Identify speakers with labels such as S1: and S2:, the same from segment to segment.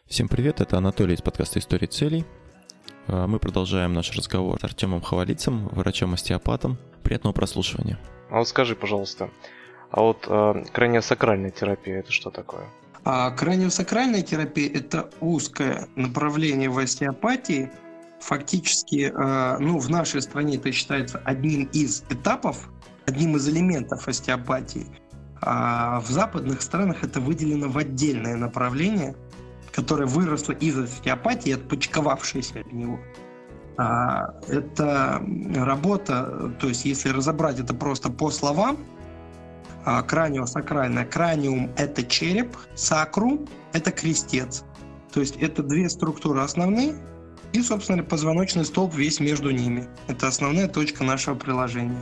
S1: Всем привет, это Анатолий из подкаста «Истории целей». Мы продолжаем наш разговор с Артемом Хавалицем, врачом-остеопатом. Приятного прослушивания.
S2: А вот скажи, пожалуйста, краниосакральная терапия – это что такое?
S3: Краниосакральная терапия – это узкое направление в остеопатии. Фактически, в нашей стране это считается одним из этапов, одним из элементов остеопатии. А в западных странах это выделено в отдельное направление, которое выросло из остеопатии, отпочковавшееся от него. Это работа, то есть если разобрать это просто по словам, краниосакральная. Краниум – это череп, сакрум – это крестец. То есть это две структуры основные и, собственно, позвоночный столб весь между ними. Это основная точка нашего приложения.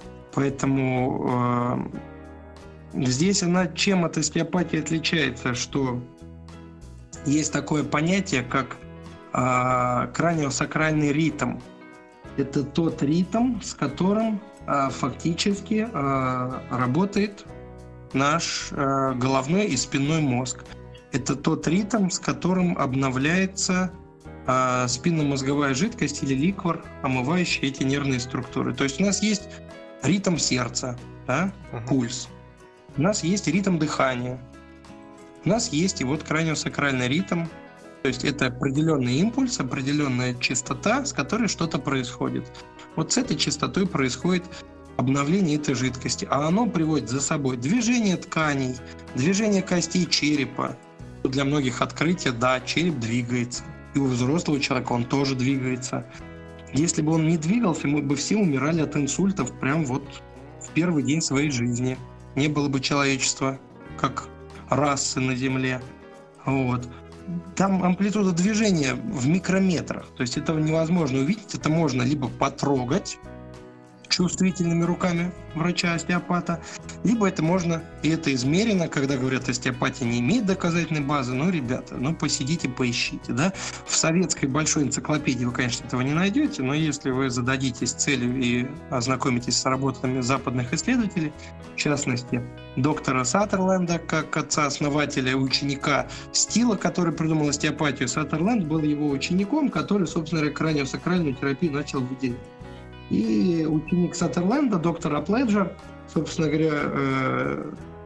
S3: Поэтому здесь она чем от остеопатии отличается, что есть такое понятие, как краниосакральный ритм. Это тот ритм, с которым фактически работает наш головной и спинной мозг. Это тот ритм, с которым обновляется спинномозговая жидкость или ликвор, омывающий эти нервные структуры. То есть у нас есть ритм сердца, да? Пульс. У нас есть ритм дыхания. У нас есть и вот краниосакральный ритм. То есть это определенный импульс, определенная частота, с которой что-то происходит. Вот с этой частотой происходит обновление этой жидкости. А оно приводит за собой движение тканей, движение костей черепа. Для многих открытие, да, череп двигается. И у взрослого человека он тоже двигается. Если бы он не двигался, мы бы все умирали от инсультов прям вот в первый день своей жизни. Не было бы человечества как расы на Земле. Вот. Там амплитуда движения в микрометрах. То есть этого невозможно увидеть. Это можно либо потрогать чувствительными руками врача-остеопата, либо это можно, и это измерено, когда говорят, остеопатия не имеет доказательной базы. Ребята, посидите, поищите. Да? В советской большой энциклопедии вы, конечно, этого не найдете, но если вы зададитесь целью и ознакомитесь с работами западных исследователей, в частности, доктора Саттерленда, как отца-основателя и ученика Стила, который придумал остеопатию. Саттерленд был его учеником, который, собственно говоря, краниосакральную терапию начал выделять. И ученик Саттерленда, доктор Апледжер, собственно говоря,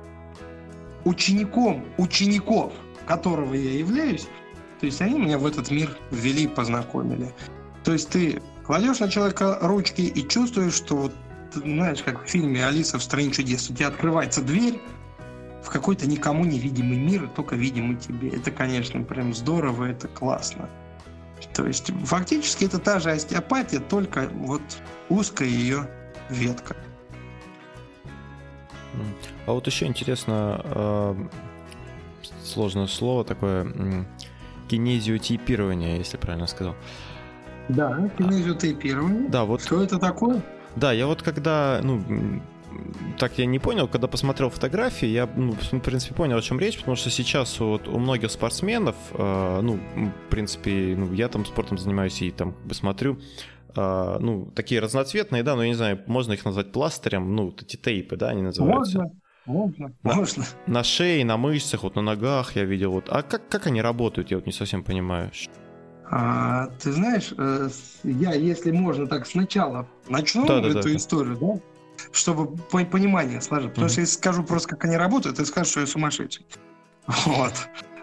S3: учеников, которого я являюсь, то есть они меня в этот мир ввели и познакомили. То есть ты кладешь на человека ручки и чувствуешь, что знаешь, как в фильме «Алиса в стране чудес», у тебя открывается дверь в какой-то никому невидимый мир, только видимый тебе. Это, конечно, прям здорово, это классно. То есть фактически это та же остеопатия, только вот узкая ее ветка.
S1: А вот еще интересно, сложное слово такое, кинезиотейпирование, если правильно сказал.
S3: Да, кинезиотейпирование.
S1: Да, вот.
S3: Что это такое?
S1: Да, я вот когда, так я не понял, когда посмотрел фотографии, я, в принципе, понял, о чем речь, потому что сейчас вот у многих спортсменов, в принципе, я там спортом занимаюсь и там смотрю, такие разноцветные, да, но я не знаю, можно их назвать пластырем, эти тейпы, да, они называются.
S3: Можно.
S1: На шее, на мышцах, вот на ногах я видел, вот. А как они работают, я вот не совсем понимаю.
S3: Ты знаешь, я, если можно, так сначала начну эту историю, да? Чтобы понимание сложить. Потому что если скажу просто, как они работают, ты скажешь, что я сумасшедший. Вот.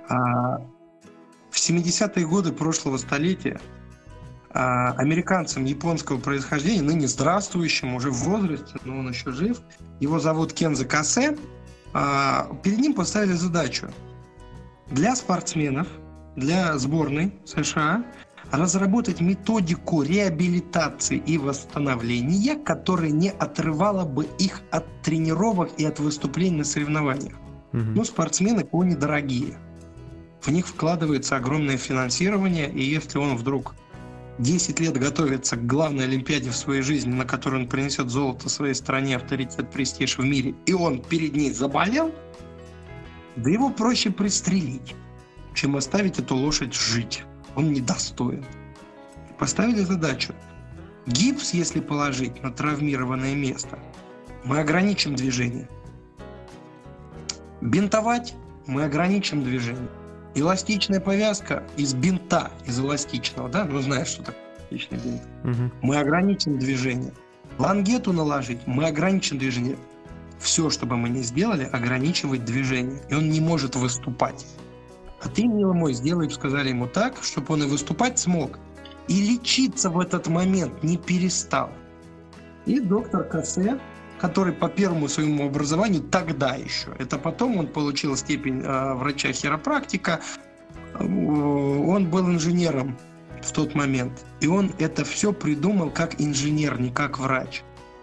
S3: В 70-е годы прошлого столетия американцам японского происхождения, ныне здравствующим, уже в возрасте, но он еще жив, его зовут Кензо Касе, перед ним поставили задачу для спортсменов, для сборной США разработать методику реабилитации и восстановления, которая не отрывала бы их от тренировок и от выступлений на соревнованиях. Спортсмены кони дорогие. В них вкладывается огромное финансирование, и если он вдруг 10 лет готовится к главной олимпиаде в своей жизни, на которой он принесет золото своей стране, авторитет, престиж в мире, и он перед ней заболел, да его проще пристрелить, чем оставить эту лошадь жить. Он недостоин. Поставили задачу. Гипс, если положить на травмированное место, мы ограничим движение. Бинтовать мы ограничим движение. Эластичная повязка из бинта, из эластичного, да? Ну, знаешь, что такое эластичный бинт.
S1: Мгм.
S3: Мы ограничим движение. Лангету наложить, мы ограничим движение. Все, что бы мы ни сделали, ограничивает движение. И он не может выступать. А ты, милый мой, сделай, сказали ему так, чтобы он и выступать смог, и лечиться в этот момент не перестал. И доктор Кассе, который по первому своему образованию тогда еще, это потом он получил степень врача-хиропрактика, он был инженером в тот момент. И он это все придумал как инженер, не как врач.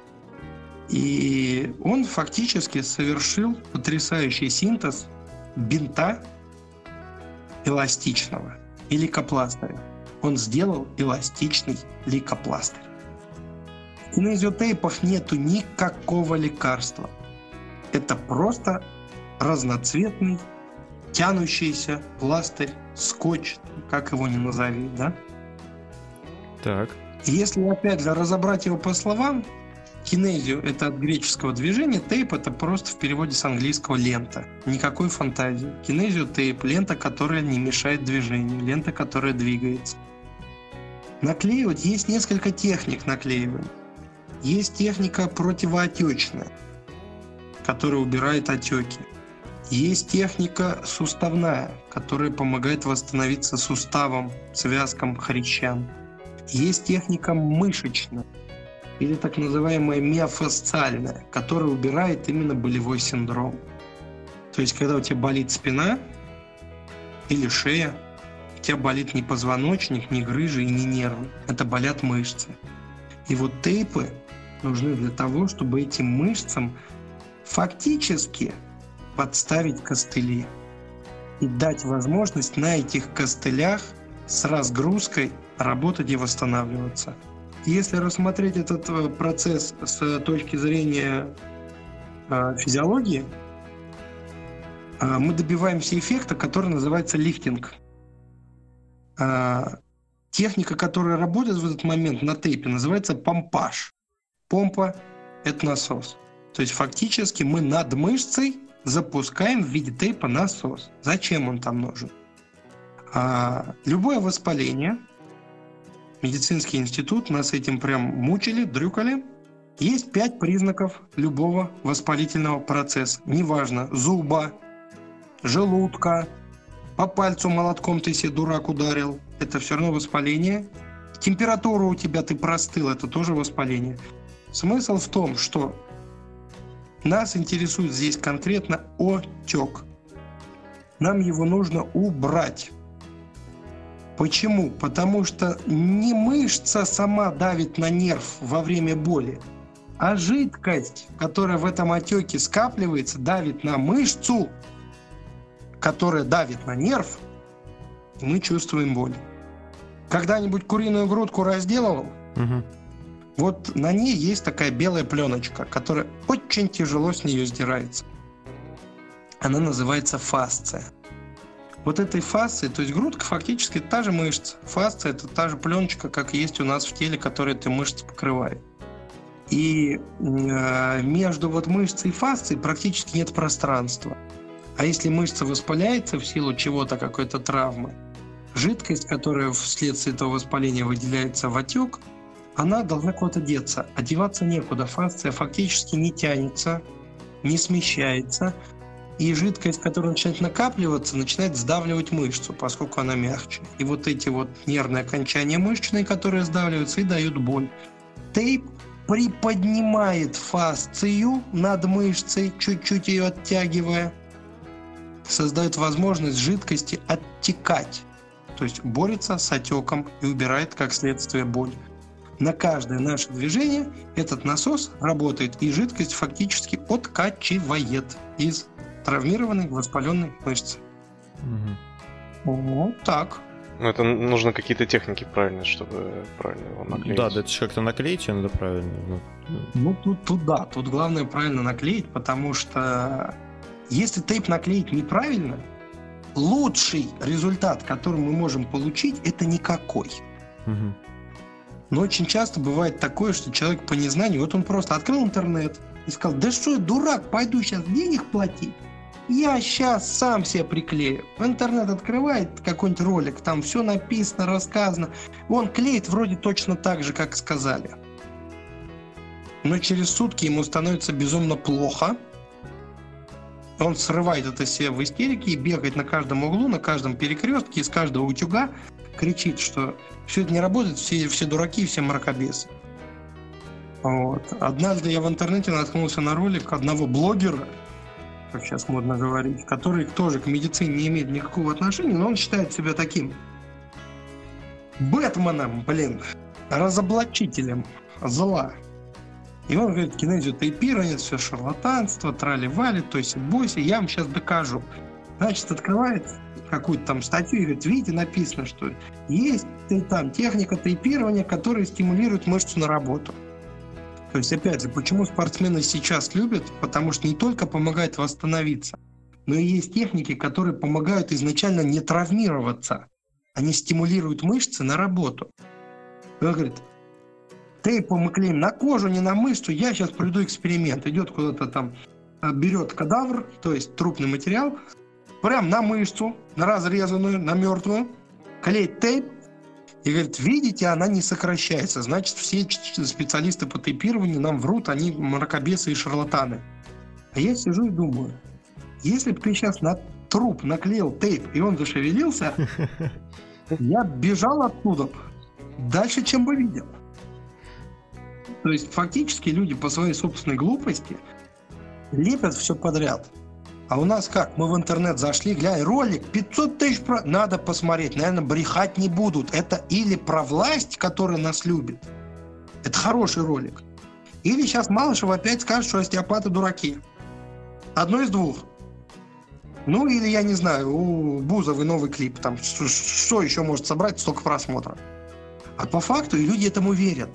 S3: И он фактически совершил потрясающий синтез бинта эластичного и лейкопластыря. Он сделал эластичный лейкопластырь. В кинезиотейпах нету никакого лекарства. Это просто разноцветный, тянущийся пластырь, скотч, как его ни назови, да?
S1: Так.
S3: И если опять же разобрать его по словам, кинезио — это от греческого движения, тейп — это просто в переводе с английского лента. Никакой фантазии. Кинезио тейп — лента, которая не мешает движению, лента, которая двигается. Наклеивать есть несколько техник наклеивания. Есть техника противоотечная, которая убирает отеки. Есть техника суставная, которая помогает восстановиться суставам, связкам, хрящам. Есть техника мышечная, или так называемая миофасциальная, которая убирает именно болевой синдром. То есть, когда у тебя болит спина или шея, у тебя болит не позвоночник, не грыжи и не нервы. Это болят мышцы. И вот тейпы нужны для того, чтобы этим мышцам фактически подставить костыли и дать возможность на этих костылях с разгрузкой работать и восстанавливаться. Если рассмотреть этот процесс с точки зрения физиологии, мы добиваемся эффекта, который называется лифтинг. Техника, которая работает в этот момент на тейпе, называется помпаж. Помпа – это насос. То есть фактически мы над мышцей запускаем в виде тейпа насос. Зачем он там нужен? Любое воспаление, медицинский институт нас этим прям мучили, дрюкали. Есть 5 признаков любого воспалительного процесса. Неважно, зуба, желудка, по пальцу молотком ты себе дурак ударил. Это все равно воспаление. Температура у тебя, ты простыл, это тоже воспаление. Смысл в том, что нас интересует здесь конкретно отек. Нам его нужно убрать. Почему? Потому что не мышца сама давит на нерв во время боли, а жидкость, которая в этом отеке скапливается, давит на мышцу, которая давит на нерв, и мы чувствуем боль. Когда-нибудь куриную грудку разделывал?
S1: Угу.
S3: Вот на ней есть такая белая пленочка, которая очень тяжело с нее сдирается. Она называется фасция. Вот этой фасцией, то есть грудка фактически та же мышца. Фасция — это та же пленочка, как есть у нас в теле, которая эти мышцы покрывает. И между вот мышцей и фасцией практически нет пространства. А если мышца воспаляется в силу чего-то, какой-то травмы, жидкость, которая вследствие этого воспаления выделяется в отек, она должна куда-то деться. А деваться некуда. Фасция фактически не тянется, не смещается. И жидкость, которая начинает накапливаться, начинает сдавливать мышцу, поскольку она мягче. И вот эти вот нервные окончания мышечные, которые сдавливаются, и дают боль. Тейп приподнимает фасцию над мышцей, чуть-чуть ее оттягивая, создает возможность жидкости оттекать. То есть борется с отеком и убирает, как следствие, боль. На каждое наше движение этот насос работает, и жидкость фактически откачивает из травмированной, воспаленной мышцы.
S1: Угу.
S3: Вот так.
S2: Ну, это нужно какие-то техники правильные, чтобы правильно его наклеить.
S1: Да, это же как-то наклеить ее надо правильно.
S3: Ну, тут главное правильно наклеить, потому что если тейп наклеить неправильно, лучший результат, который мы можем получить, это никакой.
S1: Угу.
S3: Но очень часто бывает такое, что человек по незнанию, вот он просто открыл интернет и сказал: да что я, дурак, пойду сейчас денег платить, Я сейчас сам себе приклею. В интернет открывает какой-нибудь ролик, там все написано, рассказано. Он клеит вроде точно так же, как сказали. Но через сутки ему становится безумно плохо. Он срывает это себе в истерике и бегает на каждом углу, на каждом перекрестке, из каждого утюга кричит, что все это не работает, все дураки, все мракобесы. Вот. Однажды я в интернете наткнулся на ролик одного блогера, как сейчас модно говорить, который тоже к медицине не имеет никакого отношения, но он считает себя таким Бэтменом, разоблачителем зла. И он говорит, кинезиотейпирование, все шарлатанство, трали-вали, то есть бойся, я вам сейчас докажу. Значит, открывает какую-то там статью и говорит, видите, написано, что есть там техника тейпирования, которая стимулирует мышцу на работу. То есть, опять же, почему спортсмены сейчас любят? Потому что не только помогает восстановиться, но и есть техники, которые помогают изначально не травмироваться. Они стимулируют мышцы на работу. И он говорит, тейпом мы клеим на кожу, не на мышцу, я сейчас проведу эксперимент. Идет куда-то там, берет кадавр, то есть трупный материал, прям на мышцу, на разрезанную, на мертвую, клеит тейп, и говорит, видите, она не сокращается. Значит, все специалисты по тейпированию нам врут, они мракобесы и шарлатаны. А я сижу и думаю, если бы ты сейчас на труп наклеил тейп, и он зашевелился, я бежал оттуда дальше, чем бы видел. То есть, фактически, люди по своей собственной глупости лепят все подряд. А у нас как? Мы в интернет зашли, глянь, ролик, 500 тысяч, надо посмотреть, наверное, брехать не будут. Это или про власть, которая нас любит, это хороший ролик, или сейчас Малышев опять скажет, что остеопаты дураки. Одно из двух. Ну, или, я не знаю, у Бузовой новый клип, там, что еще может собрать столько просмотров. А по факту люди этому верят.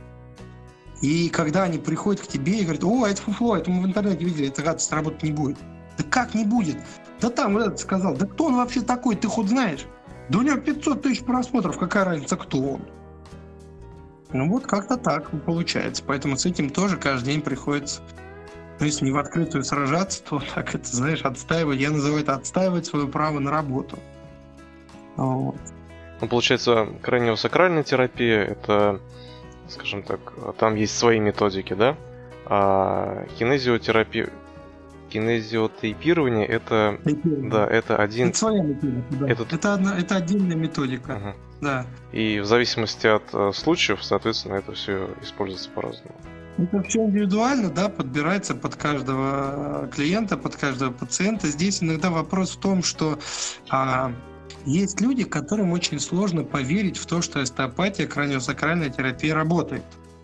S3: И когда они приходят к тебе и говорят, о, это фуфло, это мы в интернете видели, эта гадость работать не будет. Да как не будет? Да там вот этот сказал, да кто он вообще такой, ты хоть знаешь? Да у него 500 тысяч просмотров, какая разница, кто он? Ну вот как-то так получается. Поэтому с этим тоже каждый день приходится, ну, если не в открытую сражаться, то так это, знаешь, отстаивать. Я называю это отстаивать свое право на работу. Вот.
S2: Ну, получается, краниосакральная терапия, это, скажем так, там есть свои методики, да? А кинезиотейпирование это, да, это один.
S3: Это своя методика, да. Это отдельная методика,
S2: Угу.
S3: да.
S2: И в зависимости от случаев, соответственно, это все используется по-разному.
S3: Это все индивидуально, да, подбирается под каждого клиента, под каждого пациента. Здесь иногда вопрос в том, что есть люди, которым очень сложно поверить в то, что остеопатия, краниосакральная терапия работает.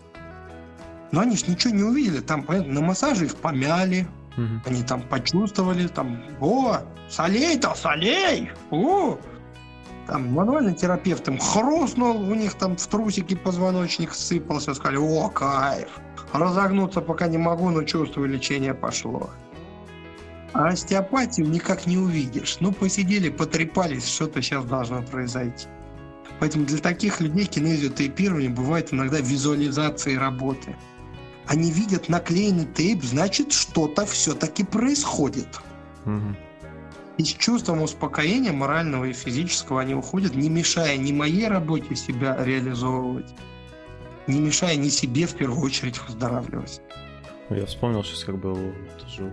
S3: Но они же ничего не увидели. Там, понятно, на массаже их помяли, они там почувствовали, там, о, солей-то, солей! О! Там мануальный терапевт им хрустнул, у них там в трусике позвоночник сыпался, сказали, о, кайф! Разогнуться пока не могу, но чувствую, лечение пошло. А остеопатию никак не увидишь. Ну, посидели, потрепались, что-то сейчас должно произойти. Поэтому для таких людей кинезиотейпирование бывает иногда визуализацией работы. Они видят наклеенный тейп, значит, что-то все-таки происходит. И с чувством успокоения морального и физического они уходят, не мешая ни моей работе себя реализовывать, не мешая ни себе в первую очередь выздоравливать.
S1: Я вспомнил сейчас как бы тоже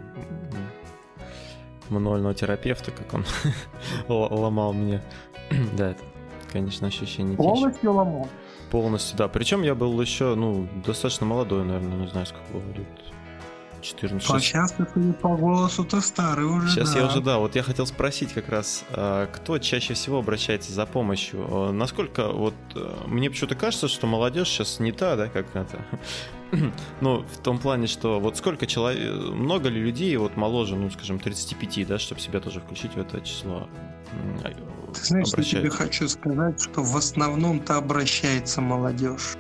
S1: мануального терапевта, как он ломал мне. Да, это, конечно, ощущение.
S3: Полностью ломал?
S1: Полностью, да. Причем я был еще, достаточно молодой, наверное, не знаю, сколько было лет. 14.
S3: А сейчас ты по голосу-то старый уже.
S1: Сейчас
S3: да.
S1: я уже, да. Вот я хотел спросить как раз, кто чаще всего обращается за помощью? Насколько, вот, мне почему-то кажется, что молодежь сейчас не та, да, как это. Ну, в том плане, что вот сколько человек, много ли людей вот моложе, скажем, 35, да, чтобы себя тоже включить в это число?
S3: Ты знаешь, я тебе хочу сказать, что в основном-то обращается молодежь.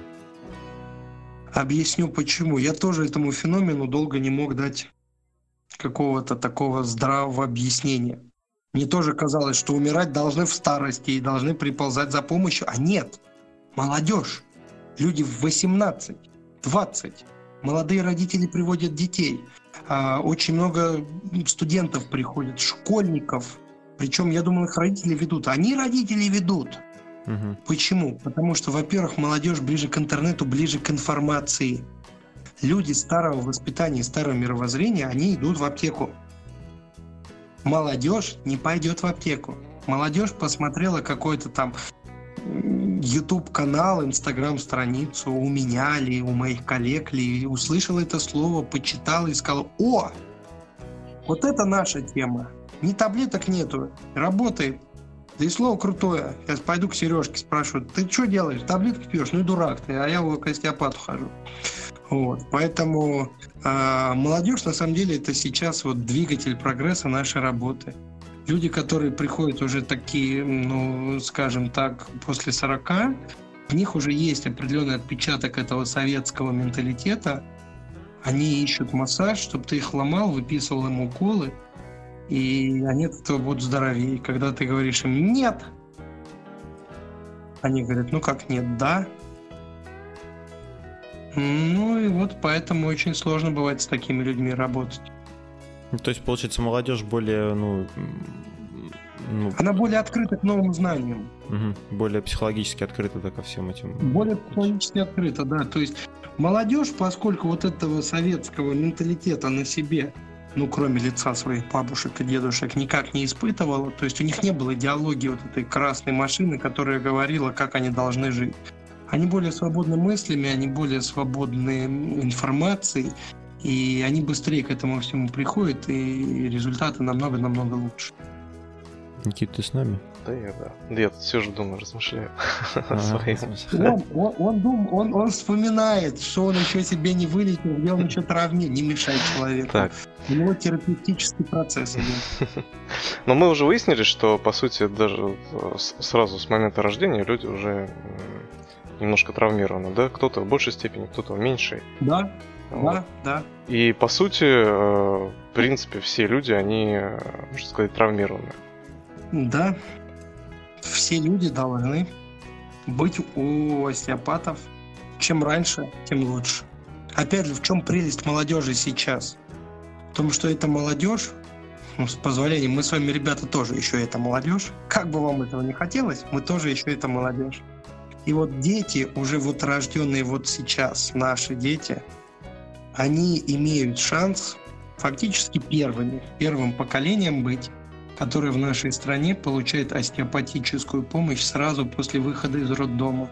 S3: Объясню почему. Я тоже этому феномену долго не мог дать какого-то такого здравого объяснения. Мне тоже казалось, что умирать должны в старости и должны приползать за помощью. А нет. Молодежь. Люди в 18, 20. Молодые родители приводят детей. Очень много студентов приходит, школьников. Причем, я думаю, их родители ведут. Они родители ведут.
S1: Угу.
S3: Почему? Потому что, во-первых, молодежь ближе к интернету, ближе к информации. Люди старого воспитания, старого мировоззрения, они идут в аптеку. Молодежь не пойдет в аптеку. Молодежь посмотрела какой-то там YouTube-канал, Instagram-страницу у меня ли, у моих коллег ли, услышала это слово, почитала и сказала: о, вот это наша тема. Ни таблеток нету, работает. Да и слово крутое. Я пойду к Сережке, спрашиваю: ты что делаешь? Таблетки пьешь? Ну и дурак ты, а я к остеопату хожу. Вот. Поэтому молодежь, на самом деле, это сейчас вот двигатель прогресса нашей работы. Люди, которые приходят уже такие, ну, скажем так, после 40, в них уже есть определенный отпечаток этого советского менталитета. Они ищут массаж, чтобы ты их ломал, выписывал им уколы, и они от этого будут здоровее. Когда ты говоришь им «нет», они говорят: ну как нет, да. Ну и вот поэтому очень сложно бывает с такими людьми работать.
S1: То есть, получается, молодежь более,
S3: она более открыта к новым знаниям.
S1: Более психологически открыта ко всем этим.
S3: Более психологически открыта, да. То есть молодежь, поскольку вот этого советского менталитета на себе, ну, кроме лица своих бабушек и дедушек, никак не испытывала, то есть у них не было идеологии вот этой красной машины, которая говорила, как они должны жить. Они более свободны мыслями, они более свободны информацией, и они быстрее к этому всему приходят, и результаты намного-намного лучше.
S1: Никита, ты с нами?
S2: Да, я тут все же думаю, размышляю о своем.
S3: Он вспоминает, что он еще себе не вылетел, где он еще травме, не мешает человеку.
S2: Так.
S3: У него терапевтический процесс идет.
S2: Но мы уже выяснили, что, по сути, даже сразу с момента рождения люди уже немножко травмированы, да? Кто-то в большей степени, кто-то в меньшей.
S3: Да.
S2: Вот.
S3: Да.
S2: И, по сути, в принципе, все люди, они, можно сказать, травмированы.
S3: Да. Все люди должны быть у остеопатов. Чем раньше, тем лучше. Опять же, в чем прелесть молодежи сейчас? В том, что эта молодежь, с позволения, мы с вами, ребята, тоже еще эта молодежь. Как бы вам этого не хотелось, мы тоже еще эта молодежь. И вот дети, уже вот рожденные вот сейчас, наши дети, они имеют шанс фактически первым поколением быть, которое в нашей стране получает остеопатическую помощь сразу после выхода из роддома.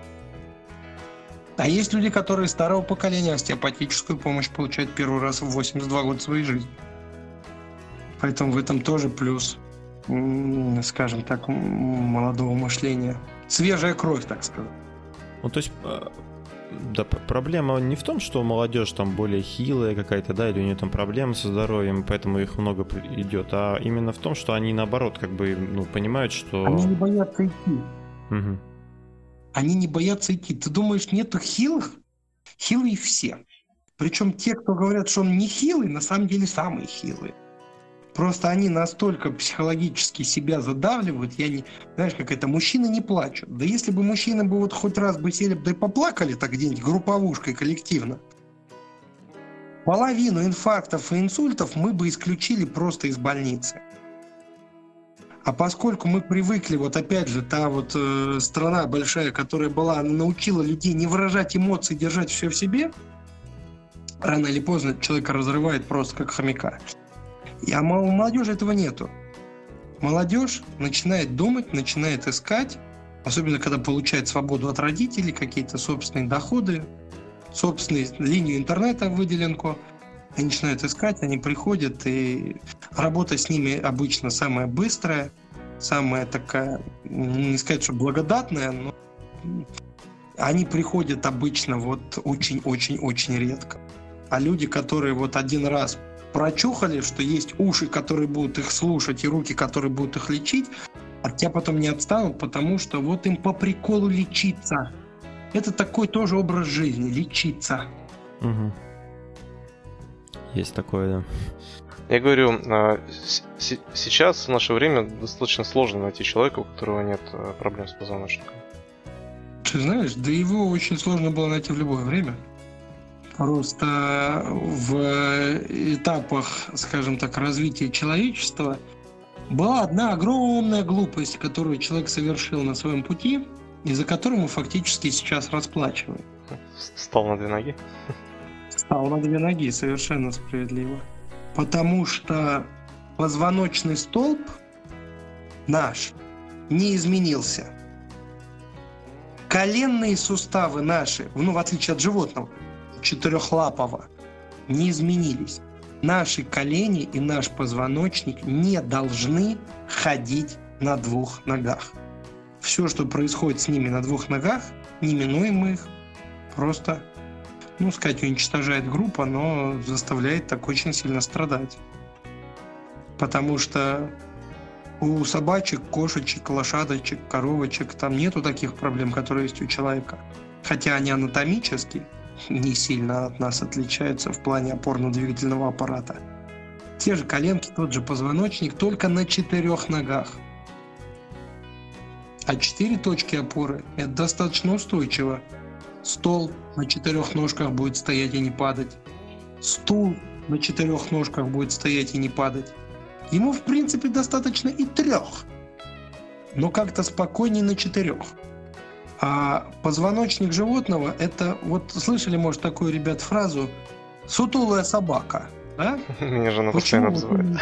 S3: А есть люди, которые старого поколения остеопатическую помощь получают первый раз в 82 года своей жизни. Поэтому в этом тоже плюс, скажем так, молодого мышления. Свежая кровь, так сказать.
S1: Ну, то есть, да, проблема не в том, что молодежь там более хилая какая-то, да, или у нее там проблемы со здоровьем, поэтому их много идет, а именно в том, что они, наоборот, как бы, понимают, что...
S3: Они не боятся идти.
S1: Угу.
S3: Они не боятся идти. Ты думаешь, нету хилых? Хилые все. Причем те, кто говорят, что он не хилый, на самом деле самые хилые. Просто они настолько психологически себя задавливают. Знаешь, как это, мужчины не плачут. Да если бы мужчины бы вот хоть раз бы сели, да и поплакали так где-нибудь групповушкой коллективно, половину инфарктов и инсультов мы бы исключили просто из больницы. А поскольку мы привыкли, вот опять же, та вот страна большая, которая была, она научила людей не выражать эмоции, держать все в себе, рано или поздно человека разрывает просто как хомяка. А у молодежи этого нету. Молодежь начинает думать, начинает искать, особенно когда получает свободу от родителей, какие-то собственные доходы, собственную линию интернета, выделенку. Они начинают искать, они приходят, и работа с ними обычно самая быстрая, самая такая, не сказать, что благодатная, но они приходят обычно вот очень-очень-очень редко. А люди, которые вот один раз прочухали, что есть уши, которые будут их слушать, и руки, которые будут их лечить, от тебя потом не отстанут, потому что вот им по приколу лечиться. Это такой тоже образ жизни, лечиться.
S1: Угу. Есть такое, да.
S2: Я говорю, сейчас, в наше время, достаточно сложно найти человека, у которого нет проблем с позвоночником.
S3: Ты знаешь, да его очень сложно было найти в любое время. Просто в этапах, скажем так, развития человечества была одна огромная глупость, которую человек совершил на своем пути, и за которую мы фактически сейчас расплачиваем.
S2: Стал на 2 ноги?
S3: Стал на 2 ноги, совершенно справедливо. Потому что позвоночный столб наш не изменился. Коленные суставы наши, в отличие от животного, 4-лапого, не изменились. Наши колени и наш позвоночник не должны ходить на 2 ногах. Все, что происходит с ними на 2 ногах, неминуемо их просто, уничтожает группа, но заставляет так очень сильно страдать. Потому что у собачек, кошечек, лошадочек, коровочек там нету таких проблем, которые есть у человека. Хотя они анатомически не сильно от нас отличаются в плане опорно-двигательного аппарата. Те же коленки, тот же позвоночник, только на 4 ногах. А 4 точки опоры – это достаточно устойчиво. Стол на 4 ножках будет стоять и не падать. Стул на 4 ножках будет стоять и не падать. Ему, в принципе, достаточно и 3, но как-то спокойнее на 4. А позвоночник животного – это, слышали, может, такую, ребят, фразу «сутулая собака», да?
S2: Меня жена постоянно обзывает.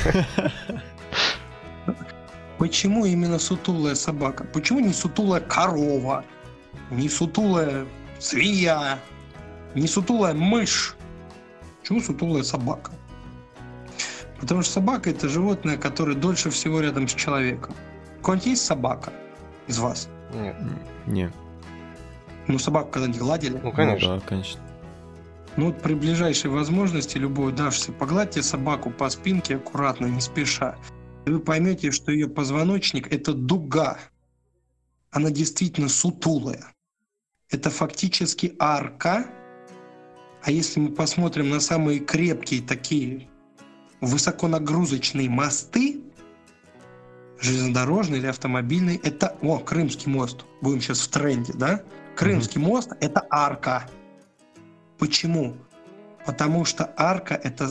S3: Почему именно сутулая собака? Почему не сутулая корова, не сутулая свинья, не сутулая мышь? Почему сутулая собака? Потому что собака – это животное, которое дольше всего рядом с человеком. У кого-нибудь есть собака из вас?
S2: Нет.
S1: Нет.
S3: Собаку когда-нибудь гладили?
S2: Конечно.
S1: Да, конечно.
S3: При ближайшей возможности, любой давшейся, погладьте собаку по спинке аккуратно, не спеша. И вы поймете, что ее позвоночник – это дуга. Она действительно сутулая. Это фактически арка. А если мы посмотрим на самые крепкие такие высоконагрузочные мосты, железнодорожный или автомобильный, это, Крымский мост, будем сейчас в тренде, да? Крымский мост – это арка. Почему? Потому что арка – это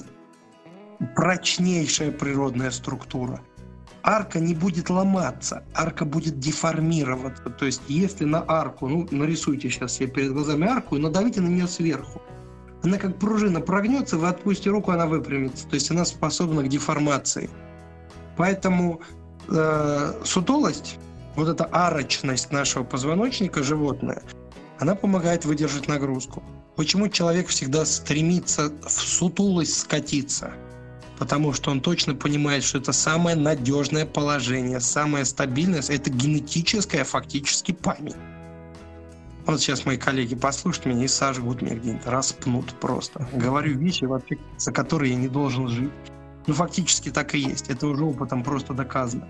S3: прочнейшая природная структура. Арка не будет ломаться, арка будет деформироваться. То есть, если на арку, нарисуйте сейчас себе перед глазами арку и надавите на нее сверху. Она как пружина прогнется, вы отпустите руку, она выпрямится. То есть, она способна к деформации. Поэтому сутулость, эта арочность нашего позвоночника, животное, она помогает выдержать нагрузку. Почему человек всегда стремится в сутулость скатиться? Потому что он точно понимает, что это самое надежное положение, самое стабильное, это генетическая фактически память. Сейчас мои коллеги послушают меня и сожгут меня где-нибудь, распнут просто. Говорю вещи, вообще, за которые я не должен жить. Фактически так и есть. Это уже опытом просто доказано.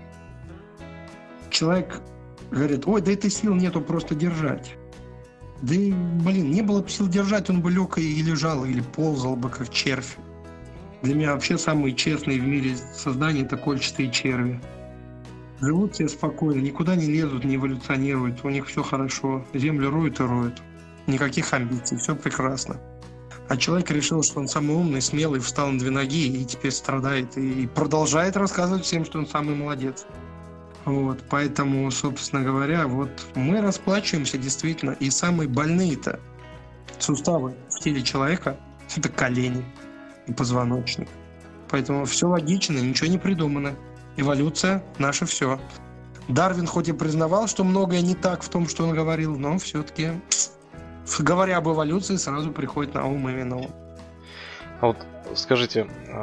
S3: Человек говорит: ой, да это сил нету просто держать. Да и, не было бы сил держать, он бы лег и лежал, или ползал бы, как червь. Для меня вообще самые честные в мире создания – это кольчатые черви. Живут себе спокойно, никуда не лезут, не эволюционируют, у них все хорошо. Землю роют и роют. Никаких амбиций, все прекрасно. А человек решил, что он самый умный, смелый, встал на 2 ноги и теперь страдает. И продолжает рассказывать всем, что он самый молодец. Поэтому, собственно говоря, мы расплачиваемся действительно. И самые больные-то суставы в теле человека – это колени и позвоночник. Поэтому все логично, ничего не придумано. Эволюция – наше все. Дарвин хоть и признавал, что многое не так в том, что он говорил, но все-таки, говоря об эволюции, сразу приходит на ум именно он.
S2: А скажите,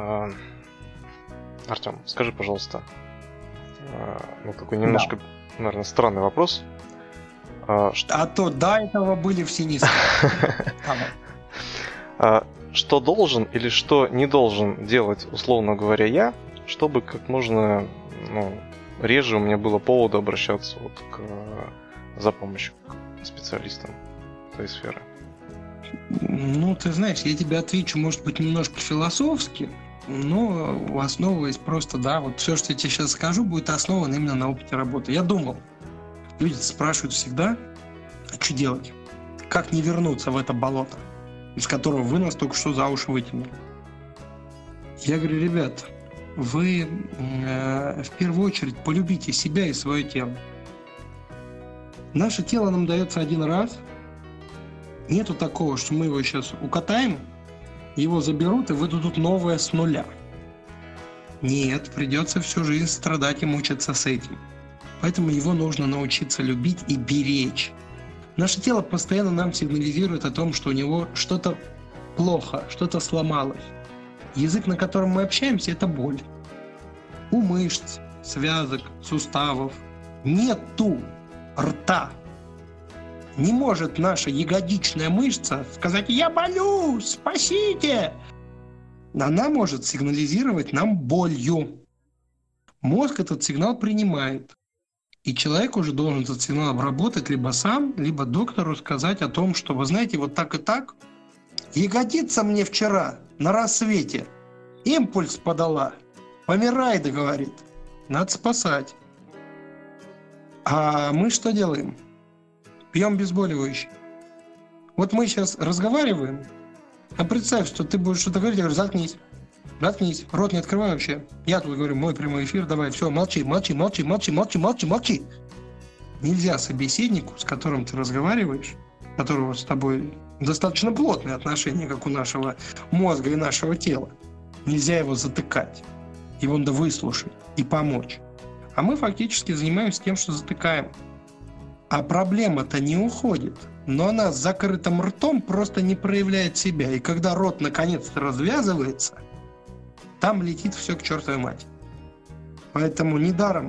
S2: Артем, скажи, пожалуйста, такой немножко, наверное, странный вопрос.
S3: А то до этого были все низкие.
S2: Что должен или что не должен делать, условно говоря, я, чтобы как можно реже у меня было повода обращаться за помощью к специалистам этой сферы?
S3: Ты знаешь, я тебе отвечу, может быть, немножко философски, но основываясь просто, все, что я тебе сейчас скажу, будет основано именно на опыте работы. Я думал, люди спрашивают всегда, а что делать? Как не вернуться в это болото? из которого вы нас только что за уши вытянули. Я говорю, ребят, вы в первую очередь полюбите себя и свое тело. Наше тело нам дается один раз. Нету такого, что мы его сейчас укатаем, его заберут и выдадут новое с нуля. Нет, придется всю жизнь страдать и мучиться с этим. Поэтому его нужно научиться любить и беречь. Наше тело постоянно нам сигнализирует о том, что у него что-то плохо, что-то сломалось. Язык, на котором мы общаемся, это боль. У мышц, связок, суставов нету рта. Не может наша ягодичная мышца сказать «Я болю, спасите!». Она может сигнализировать нам болью. Мозг этот сигнал принимает. И человек уже должен этот сигнал обработать либо сам, либо доктору сказать о том, что, вы знаете, вот так и так, ягодица мне вчера на рассвете импульс подала. Помирай, да говорит. Надо спасать. А мы что делаем? Пьем обезболивающие. Вот мы сейчас разговариваем, а представь, что ты будешь что-то говорить, я говорю, заткнись, рот не открывай вообще. Я тут говорю, мой прямой эфир, давай, все, молчи. Нельзя собеседнику, с которым ты разговариваешь, у которого с тобой достаточно плотные отношения, как у нашего мозга и нашего тела, нельзя его затыкать. Его надо выслушать и помочь. А мы фактически занимаемся тем, что затыкаем. А проблема-то не уходит, но она с закрытым ртом просто не проявляет себя. И когда рот наконец-то развязывается, там летит все к чертовой матери. Поэтому недаром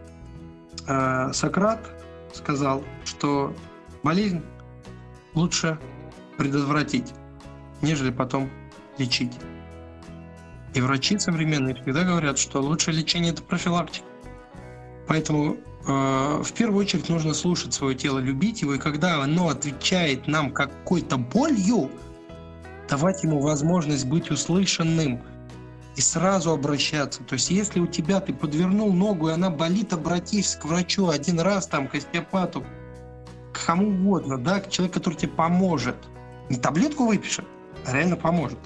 S3: Сократ сказал, что болезнь лучше предотвратить, нежели потом лечить. И врачи современные всегда говорят, что лучшее лечение – это профилактика. Поэтому в первую очередь нужно слушать свое тело, любить его, и когда оно отвечает нам какой-то болью, давать ему возможность быть услышанным и сразу обращаться. То есть если у тебя ты подвернул ногу, и она болит, обратись к врачу один раз, там, к остеопату, к кому угодно, да, к человеку, который тебе поможет. Не таблетку выпишет, а реально поможет.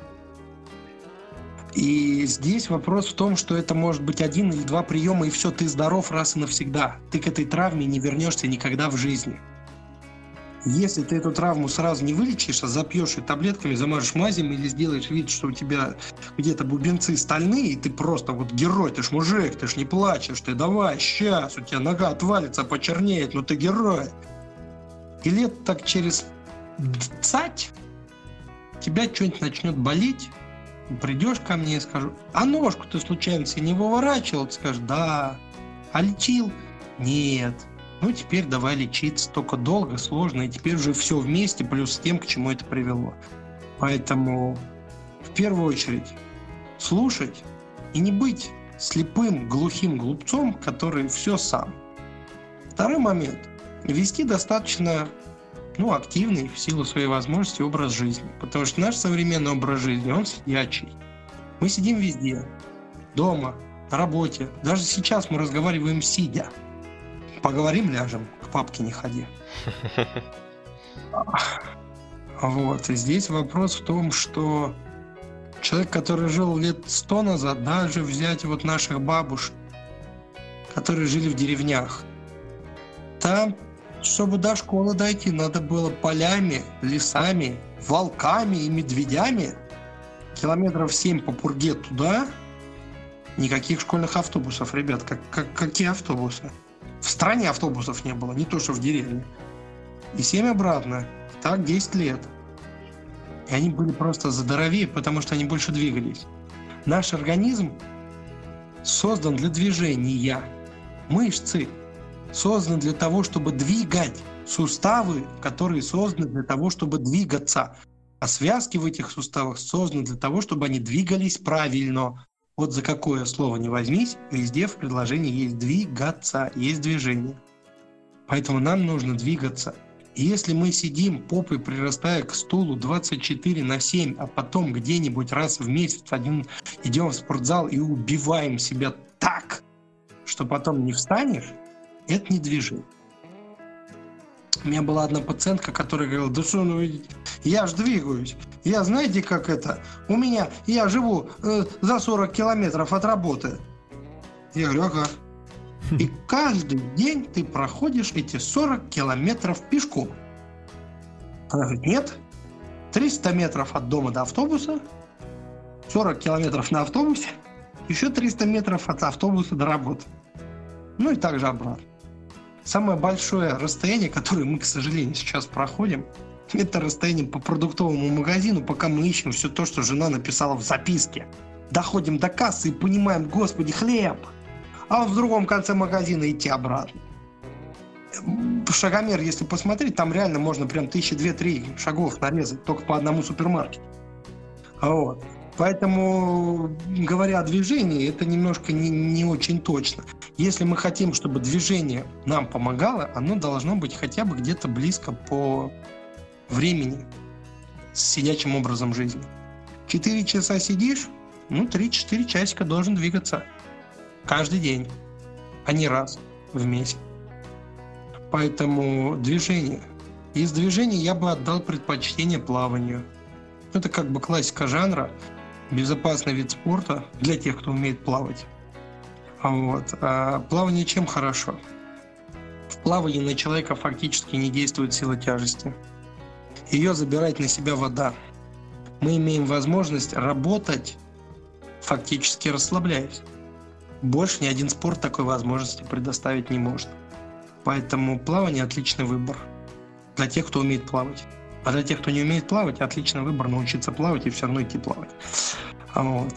S3: И здесь вопрос в том, что это может быть 1 или 2 приема, и все, ты здоров раз и навсегда. Ты к этой травме не вернешься никогда в жизни. Если ты эту травму сразу не вылечишь, а запьешь ее таблетками, замажешь мазем или сделаешь вид, что у тебя где-то бубенцы стальные, и ты просто вот герой, ты ж мужик, ты ж не плачешь, ты давай, сейчас, у тебя нога отвалится, почернеет, но ты герой. И лет так через 20 тебя что-нибудь начнет болеть, придешь ко мне и скажу, а ножку ты случайно себе не выворачивал? Ты скажешь, да. А лечил? Нет. Ну теперь давай лечиться, только долго, сложно, и теперь уже все вместе, плюс с тем, к чему это привело. Поэтому в первую очередь слушать и не быть слепым, глухим глупцом, который все сам. Второй момент. Вести достаточно активный в силу своей возможности образ жизни. Потому что наш современный образ жизни, он сидячий. Мы сидим везде. Дома, на работе. Даже сейчас мы разговариваем сидя. Поговорим, ляжем, к папке не ходи. Вот. И здесь вопрос в том, что человек, который жил лет 100 назад, даже взять вот наших бабушек, которые жили в деревнях, там, чтобы до школы дойти, надо было полями, лесами, волками и медведями, километров 7 по пурге туда. Никаких школьных автобусов, ребят. Какие автобусы? В стране автобусов не было, не то что в деревне. И 7 обратно. Так 10 лет. И они были просто здоровее, потому что они больше двигались. Наш организм создан для движения. Мышцы созданы для того, чтобы двигать. Суставы, которые созданы для того, чтобы двигаться. А связки в этих суставах созданы для того, чтобы они двигались правильно. Вот за какое слово не возьмись, везде в предложении есть двигаться, есть движение. Поэтому нам нужно двигаться. И если мы сидим попой, прирастая к стулу 24/7, а потом где-нибудь раз в месяц идем в спортзал и убиваем себя так, что потом не встанешь, это не движение. У меня была одна пациентка, которая говорила: да что, ну я ж двигаюсь. Я знаете, как это? Я живу за 40 километров от работы. Я говорю: ага. И каждый день ты проходишь эти 40 километров пешком. Она говорит: нет. 300 метров от дома до автобуса, 40 километров на автобусе, еще 300 метров от автобуса до работы. Ну и также обратно. Самое большое расстояние, которое мы, к сожалению, сейчас проходим, это расстояние по продуктовому магазину, пока мы ищем все то, что жена написала в записке. Доходим до кассы и понимаем: господи, хлеб! А в другом конце магазина идти обратно. Шагомер, если посмотреть, там реально можно прям 1002-3 шагов нарезать только по одному супермаркету. Вот. Поэтому, говоря о движении, это немножко не очень точно. Если мы хотим, чтобы движение нам помогало, оно должно быть хотя бы где-то близко по времени с сидячим образом жизни. 4 часа сидишь, 3-4 часика должен двигаться. Каждый день, а не раз в месяц. Поэтому движение. Из движения я бы отдал предпочтение плаванию. Это как бы классика жанра, безопасный вид спорта для тех, кто умеет плавать. Вот. А плавание чем хорошо? В плавании на человека фактически не действует сила тяжести. Ее забирает на себя вода. Мы имеем возможность работать, фактически расслабляясь. Больше ни один спорт такой возможности предоставить не может. Поэтому плавание – отличный выбор для тех, кто умеет плавать. А для тех, кто не умеет плавать, отличный выбор научиться плавать и все равно идти плавать. Вот.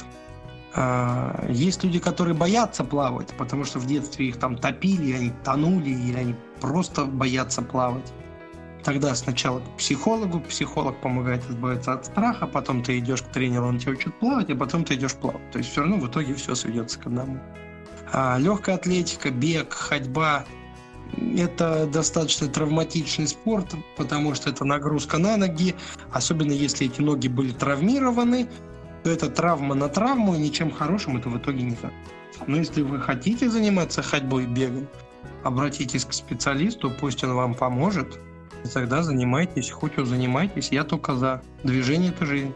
S3: Есть люди, которые боятся плавать, потому что в детстве их там топили, они тонули, или они просто боятся плавать. Тогда сначала к психологу, психолог помогает избавиться от страха, потом ты идешь к тренеру, он тебя учит плавать, а потом ты идешь плавать. То есть все равно в итоге все сведется к одному. Легкая атлетика, бег, ходьба – это достаточно травматичный спорт, потому что это нагрузка на ноги, особенно если эти ноги были травмированы, то это травма на травму, и ничем хорошим это в итоге не закончится. Но если вы хотите заниматься ходьбой и бегом, обратитесь к специалисту, пусть он вам поможет, и тогда занимайтесь, хоть и занимайтесь, я только за. Движение – это жизнь.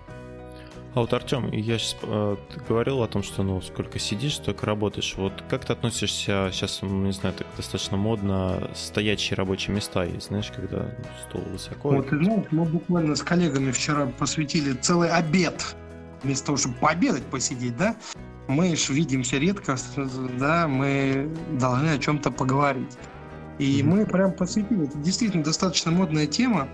S1: А вот, Артем, я сейчас говорил о том, что сколько сидишь, столько работаешь. Вот как ты относишься, сейчас, не знаю, так достаточно модно, стоячие рабочие места есть, знаешь, когда стол высоко.
S3: Вот, ты знаешь, мы буквально с коллегами вчера посвятили целый обед, вместо того, чтобы пообедать, посидеть, да, мы же видимся редко, да, мы должны о чем-то поговорить. И мы прям посвятили, это действительно достаточно модная тема,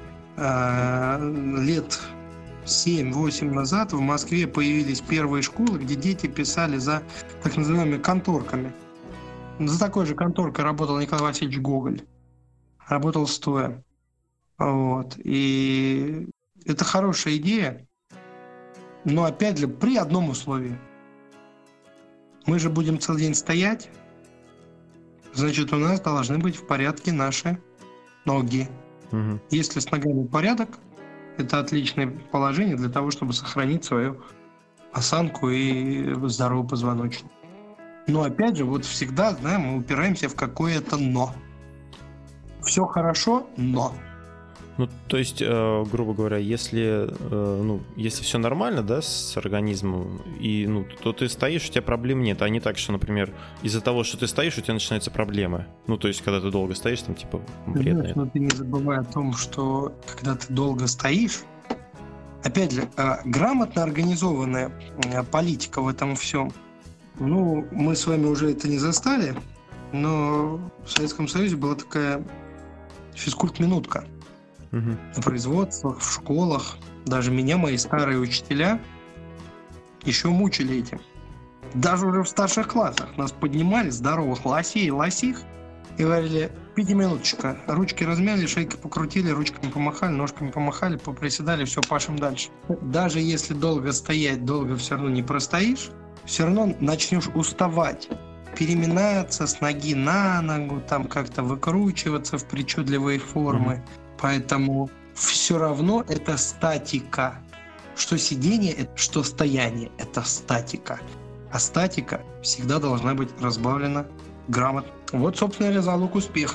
S3: лет 7-8 назад в Москве появились первые школы, где дети писали за так называемыми конторками. За такой же конторкой работал Николай Васильевич Гоголь. Работал стоя. Вот. И это хорошая идея, но опять же при одном условии. Мы же будем целый день стоять, значит, у нас должны быть в порядке наши ноги. Угу. Если с ногами порядок, это отличное положение для того, чтобы сохранить свою осанку и здоровый позвоночник. Но опять же, вот всегда, знаем, мы упираемся в какое-то «но». Все хорошо, но.
S1: То есть, грубо говоря, если все нормально, да, с организмом, и, то ты стоишь, у тебя проблем нет, а не так, что, например, из-за того, что ты стоишь, у тебя начинаются проблемы. То есть, когда ты долго стоишь, там, типа, бред.
S3: Знаешь, но ты не забывай о том, что когда ты долго стоишь, опять же, грамотно организованная политика в этом всем. Мы с вами уже это не застали, но в Советском Союзе была такая физкульт-минутка. На производствах, в школах. Даже меня мои старые учителя еще мучили этим. Даже уже в старших классах нас поднимали, здоровых лосей и лосих, и говорили: 5 минуточка, ручки размяли, шейки покрутили, ручками помахали, ножками помахали, поприседали, все, пашем дальше. Даже если долго стоять, долго все равно не простоишь, все равно начнешь уставать, переминаться с ноги на ногу, там как-то выкручиваться в причудливые формы. Поэтому все равно это статика. Что сидение, что стояние – это статика. А статика всегда должна быть разбавлена грамотно. Вот, собственно, залог успеха.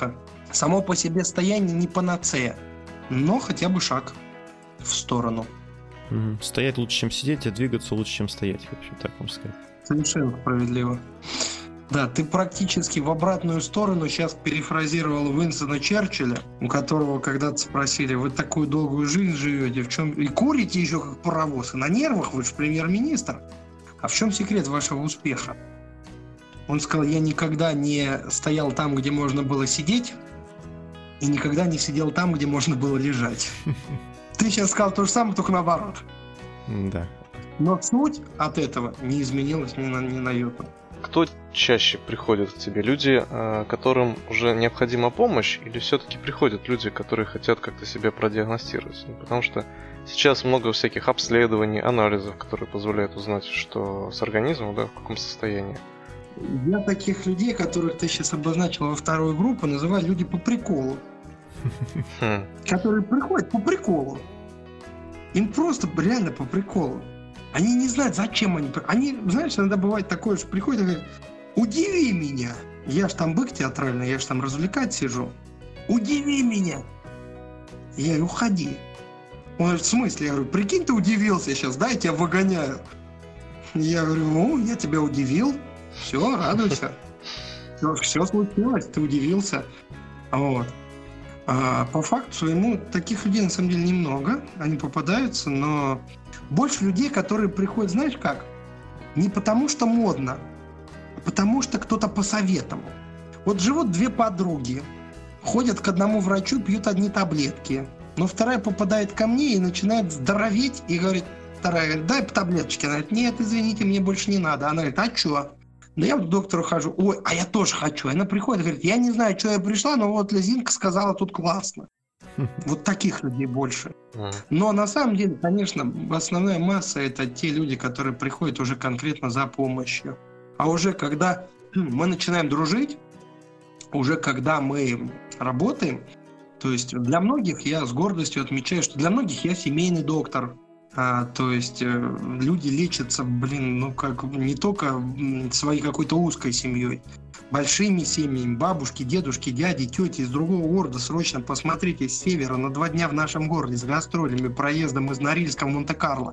S3: Само по себе стояние не панацея, но хотя бы шаг в сторону.
S1: Стоять лучше, чем сидеть, а двигаться лучше, чем стоять, в общем, так можно сказать.
S3: Совершенно справедливо. Да, ты практически в обратную сторону сейчас перефразировал Уинстона Черчилля, у которого когда-то спросили: вы такую долгую жизнь живете, в чем и курите еще как паровоз, и на нервах, вы же премьер-министр. А в чем секрет вашего успеха? Он сказал: я никогда не стоял там, где можно было сидеть, и никогда не сидел там, где можно было лежать. Ты сейчас сказал то же самое, только наоборот.
S1: Да.
S3: Но суть от этого не изменилась ни на йоту.
S2: Кто чаще приходит к тебе? Люди, которым уже необходима помощь, или все-таки приходят люди, которые хотят как-то себя продиагностировать? Потому что сейчас много всяких обследований, анализов, которые позволяют узнать, что с организмом, да, в каком состоянии.
S3: Я таких людей, которых ты сейчас обозначил во вторую группу, называю люди по приколу. Которые приходят по приколу. Им просто реально по приколу. Они не знают, зачем они. Они, знаешь, иногда бывает такое, что приходят и говорят: удиви меня. Я ж там бык театральный, я ж там развлекать сижу. Удиви меня. Я говорю: уходи. Он говорит: в смысле? Я говорю: прикинь, ты удивился сейчас, да, я тебя выгоняю. Я говорю: ну, я тебя удивил. Все, радуйся. Все случилось, ты удивился. Вот. А по факту своему таких людей на самом деле немного. Они попадаются, но больше людей, которые приходят, знаешь как? Не потому что модно, а потому что кто-то посоветовал. Вот живут две подруги, ходят к одному врачу, пьют одни таблетки. Но вторая попадает ко мне и начинает здороветь и говорит: вторая говорит: дай по таблеточке. Она говорит: нет, извините, мне больше не надо. Она говорит: а что? Да я вот к доктору хожу. Ой, а я тоже хочу. Она приходит и говорит: я не знаю, что я пришла, но вот Лизинка сказала, тут классно. Вот таких людей больше. Но на самом деле, конечно, основная масса — это те люди, которые приходят уже конкретно за помощью. А уже когда мы начинаем дружить, уже когда мы работаем, то есть для многих я с гордостью отмечаю, что для многих я семейный доктор. То есть люди лечатся, не только своей какой-то узкой семьей, большими семьями, бабушки, дедушки, дяди, тети из другого города. Срочно посмотрите, с севера на 2 дня в нашем городе с гастролями, проездом из Норильска в Монте-Карло.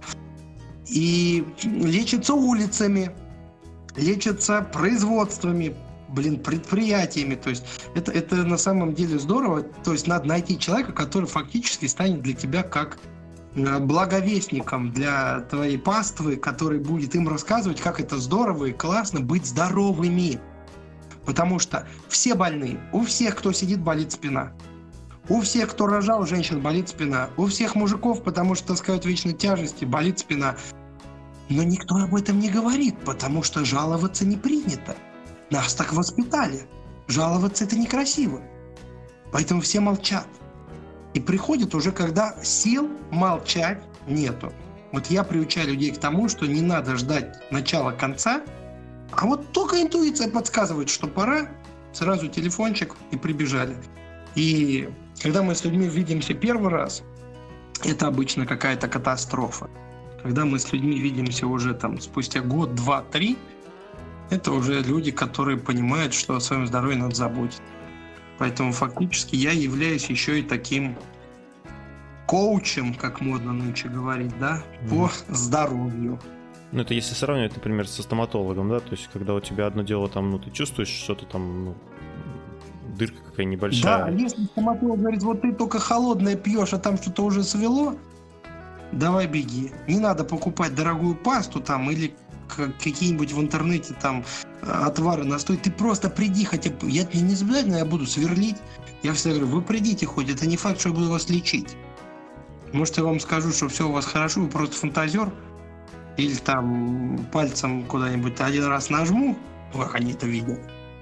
S3: И лечатся улицами, лечатся производствами, предприятиями. То есть это на самом деле здорово. То есть надо найти человека, который фактически станет для тебя как благовестником для твоей паствы, который будет им рассказывать, как это здорово и классно быть здоровыми. Потому что все больны. У всех, кто сидит, болит спина. У всех, кто рожал, женщин, болит спина. У всех мужиков, потому что таскают вечно тяжести, болит спина. Но никто об этом не говорит, потому что жаловаться не принято. Нас так воспитали. Жаловаться — это некрасиво. Поэтому все молчат. И приходит уже, когда сил молчать нету. Вот я приучаю людей к тому, что не надо ждать начала конца, а вот только интуиция подсказывает, что пора, сразу телефончик и прибежали. И когда мы с людьми видимся первый раз, это обычно какая-то катастрофа. Когда мы с людьми видимся уже спустя год, 2, 3, это уже люди, которые понимают, что о своем здоровье надо заботиться. Поэтому фактически я являюсь еще и таким коучем, как модно нынче говорить, да, по здоровью.
S1: Ну, это если сравнивать, например, со стоматологом, да, то есть когда у тебя одно дело ты чувствуешь что-то дырка какая небольшая.
S3: Да, если стоматолог говорит: вот ты только холодное пьешь, а там что-то уже свело, давай беги. Не надо покупать дорогую пасту или какие-нибудь в интернете отвары, настой. Ты просто приди, хотя бы, я не обязательно я буду сверлить. Я всегда говорю: вы придите хоть, это не факт, что я буду вас лечить. Может, я вам скажу, что все у вас хорошо, вы просто фантазер, или пальцем куда-нибудь один раз нажму, как они это видят,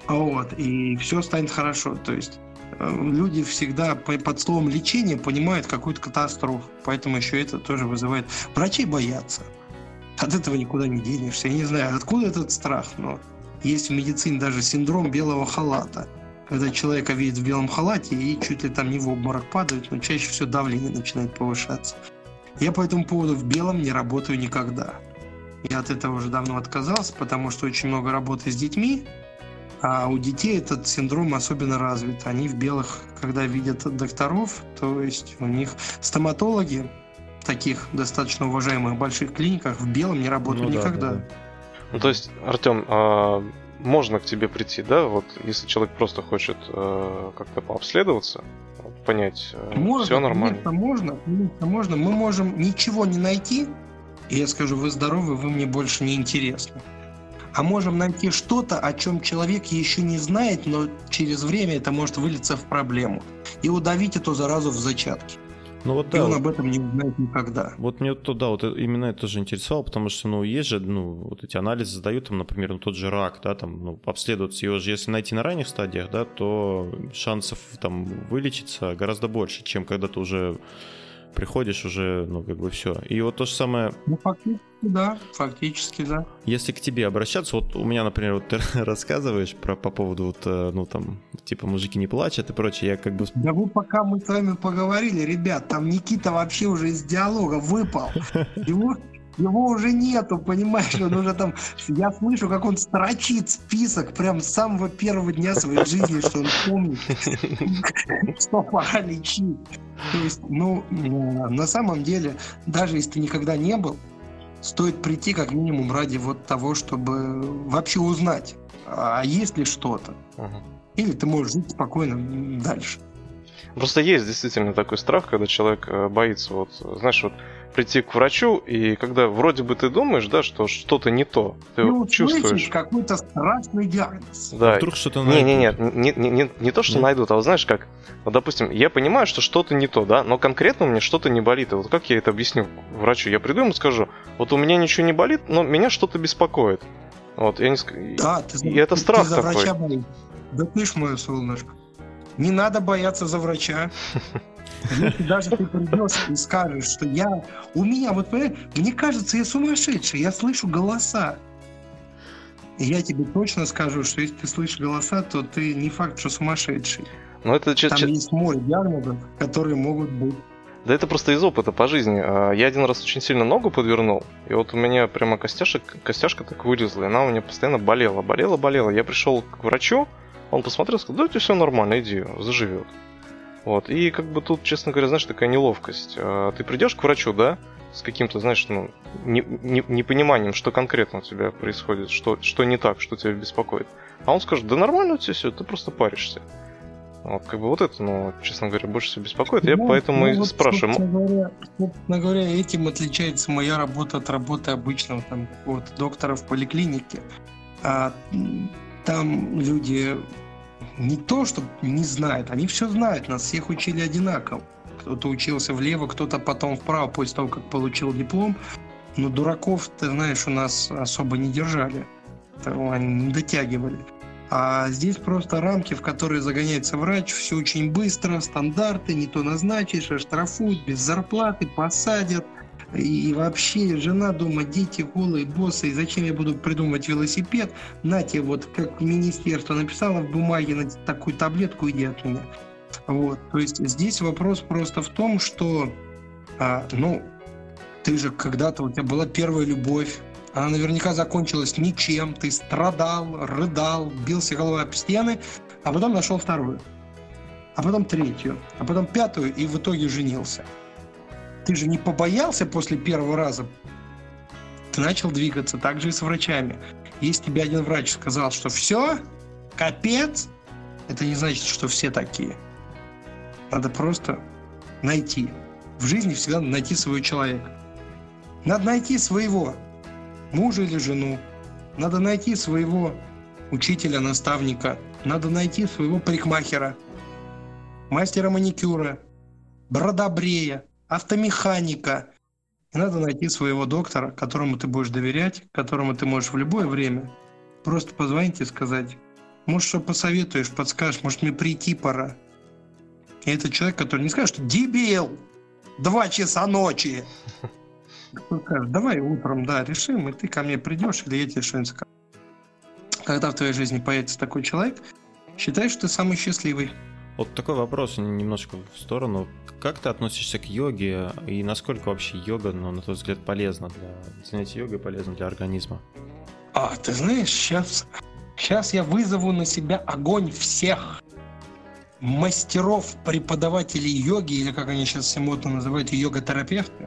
S3: и все станет хорошо. То есть люди всегда под словом лечение понимают какую-то катастрофу, поэтому еще это тоже вызывает. Врачей боятся. От этого никуда не денешься. Я не знаю, откуда этот страх, но есть в медицине даже синдром белого халата. Когда человека видят в белом халате и чуть ли не в обморок падают, но чаще всего давление начинает повышаться. Я по этому поводу в белом не работаю никогда. Я от этого уже давно отказался, потому что очень много работы с детьми. А у детей этот синдром особенно развит. Они в белых, когда видят докторов, то есть у них стоматологи в таких достаточно уважаемых больших клиниках в белом не работают никогда.
S2: Да. Ну, то есть, Артем, можно к тебе прийти, да, вот если человек просто хочет как-то пообследоваться, понять, все нормально.
S3: Можно. Мы можем ничего не найти, и я скажу, вы здоровы, вы мне больше не интересны. А можем найти что-то, о чем человек еще не знает, но через время это может вылиться в проблему. И удавить эту заразу в зачатке.
S1: Ну вот да.
S3: И он об этом не узнает никогда.
S1: Вот мне вот именно это тоже интересовало, потому что, есть же, вот эти анализы сдают, там, например, тот же рак, да, там, обследоваться его же, если найти на ранних стадиях, да, то шансов там вылечиться гораздо больше, чем когда ты уже приходишь, уже, все. И вот то же самое...
S3: Фактически, да.
S1: Если к тебе обращаться, вот у меня, например, вот ты рассказываешь по поводу типа мужики не плачут и прочее, я как бы...
S3: Да вы пока мы с вами поговорили, ребят, там Никита вообще уже из диалога выпал. Его уже нету, понимаешь, он уже там... Я слышу, как он строчит список прям с самого первого дня своей жизни, что он помнит, что пора лечить. То есть, на самом деле, даже если ты никогда не был, стоит прийти как минимум ради вот того, чтобы вообще узнать, а есть ли что-то. Или ты можешь жить спокойно дальше.
S2: Просто есть действительно такой страх, когда человек боится, прийти к врачу, и когда вроде бы ты думаешь, да, что что-то не то, ты чувствуешь
S3: какой-то страшный диагноз.
S2: Да.
S1: Вдруг что-то найдут.
S2: Не то, что найдут, а вот знаешь как, вот, допустим, я понимаю, что что-то не то, да, но конкретно у меня что-то не болит. И вот как я это объясню врачу? Я приду ему скажу, вот у меня ничего не болит, но меня что-то беспокоит. Вот, я не...
S3: Да,
S2: и это страх
S3: ты
S2: такой.
S3: Врача боишься. Да ты ж мое солнышко. Не надо бояться за врача. Если даже ты придешь и скажешь, что мне кажется, я сумасшедший, я слышу голоса. И я тебе точно скажу, что если ты слышишь голоса, то ты не факт, что сумасшедший.
S2: Но это
S3: Там есть море диагнозов, которые могут быть.
S2: Да это просто из опыта по жизни. Я один раз очень сильно ногу подвернул, и вот у меня прямо костяшка так вылезла, и она у меня постоянно болела. Я пришел к врачу, он посмотрел, сказал, да, у тебя все нормально, иди, заживет. Вот, и как бы тут, честно говоря, знаешь, такая неловкость. Ты придешь к врачу, да, с каким-то, знаешь, непониманием, что конкретно у тебя происходит, что не так, что тебя беспокоит. А он скажет, да нормально у тебя все, ты просто паришься. Вот, как бы вот это, честно говоря, больше всего беспокоит. Я поэтому и спрашиваю.
S3: Собственно говоря, этим отличается моя работа от работы обычного доктора в поликлинике. Там люди не то, что не знают, они все знают, нас всех учили одинаково. Кто-то учился влево, кто-то потом вправо, после того, как получил диплом. Но дураков, ты знаешь, у нас особо не держали. Они не дотягивали. А здесь просто рамки, в которые загоняется врач, все очень быстро, стандарты, не то назначишь, оштрафуют, без зарплаты, посадят. И вообще жена дома, дети голые, боссы, и зачем я буду придумывать велосипед? На тебе, вот как министерство написало в бумаге на такую таблетку, иди от меня. Вот, то есть здесь вопрос просто в том, что, ты же когда-то, у тебя была первая любовь, она наверняка закончилась ничем, ты страдал, рыдал, бился головой об стены, а потом нашел вторую, а потом третью, а потом пятую и в итоге женился. Ты же не побоялся после первого раза. Ты начал двигаться, так же и с врачами. Если тебе один врач сказал, что все, капец, это не значит, что все такие. Надо просто найти. В жизни всегда надо найти своего человека. Надо найти своего мужа или жену. Надо найти своего учителя, наставника. Надо найти своего парикмахера, мастера маникюра, бродобрея, автомеханика. И надо найти своего доктора, которому ты будешь доверять, которому ты можешь в любое время просто позвонить и сказать, может, что посоветуешь, подскажешь, может, мне прийти пора. И это человек, который не скажет, что дебил, 2 часа ночи. Он скажет, давай утром, решим, и ты ко мне придешь, или я тебе что-нибудь скажу. Когда в твоей жизни появится такой человек, считай, что ты самый счастливый.
S1: Вот такой вопрос немножко в сторону. Как ты относишься к йоге и насколько вообще йога, на твой взгляд, полезна занятие йогой полезно для организма?
S3: Ты знаешь, Сейчас я вызову на себя огонь всех мастеров, преподавателей йоги, или как они сейчас все модно называют, йога-терапевты.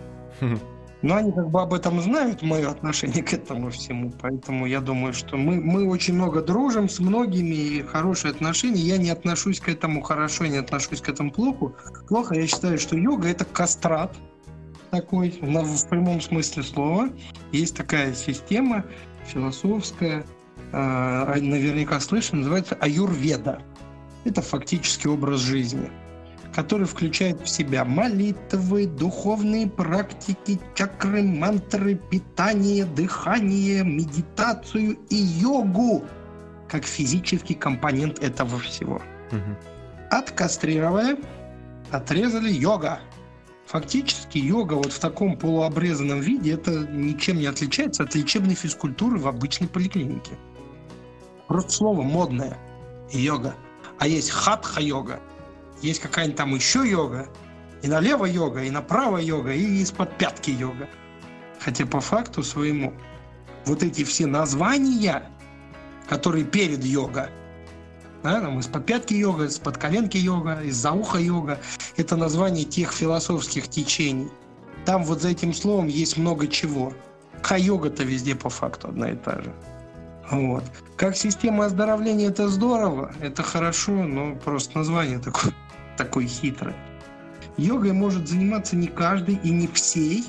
S3: Но они как бы об этом знают, мое отношение к этому всему. Поэтому я думаю, что мы очень много дружим с многими, и хорошие отношения. Я не отношусь к этому хорошо, не отношусь к этому плохо. Я считаю, что йога — это кастрат такой, в прямом смысле слова. Есть такая система философская, наверняка слышали, называется аюрведа. Это фактически образ жизни, который включает в себя молитвы, духовные практики, чакры, мантры, питание, дыхание, медитацию и йогу как физический компонент этого всего. Откастрировали, отрезали йога. Фактически йога вот в таком полуобрезанном виде это ничем не отличается от лечебной физкультуры в обычной поликлинике. Просто слово модное – йога. А есть хатха-йога, есть какая-нибудь там еще йога, и налево йога, и направо йога, и из-под пятки йога. Хотя по факту своему вот эти все названия, которые перед йога, да, там из-под пятки йога, из-под коленки йога, из-за уха йога, это название тех философских течений. Там вот за этим словом есть много чего. Ха-йога-то везде по факту одна и та же. Вот. Как система оздоровления это здорово, это хорошо, но просто название такое хитрое. Йогой может заниматься не каждый и не всей.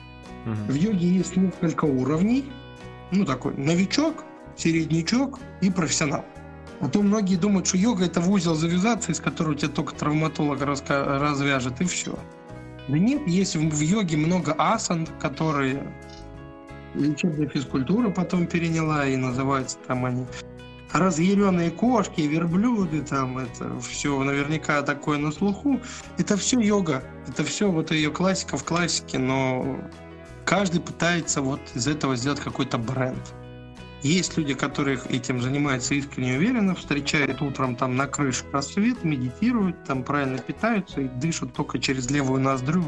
S3: В йоге есть несколько уровней. Такой новичок, середнячок и профессионал. А то многие думают, что йога — это в узел завязаться, из которого тебя только травматолог развяжет, и все. Да нет, есть в йоге много асан, которые лечебная физкультура потом переняла, и называются там они разъяренные кошки, верблюды, там это все наверняка такое на слуху. Это все йога, это все вот ее классика в классике, но каждый пытается вот из этого сделать какой-то бренд. Есть люди, которые этим занимаются искренне уверенно, встречают утром там на крыше рассвет, медитируют, там правильно питаются и дышат только через левую ноздрю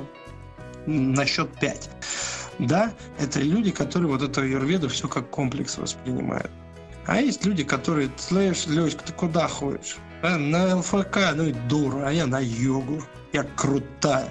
S3: на счет 5. Да, это люди, которые вот эту аюрведу все как комплекс воспринимают. А есть люди, которые: слышь, Лёська, ты куда ходишь? На ЛФК, и дура, а я на йогу, я крутая.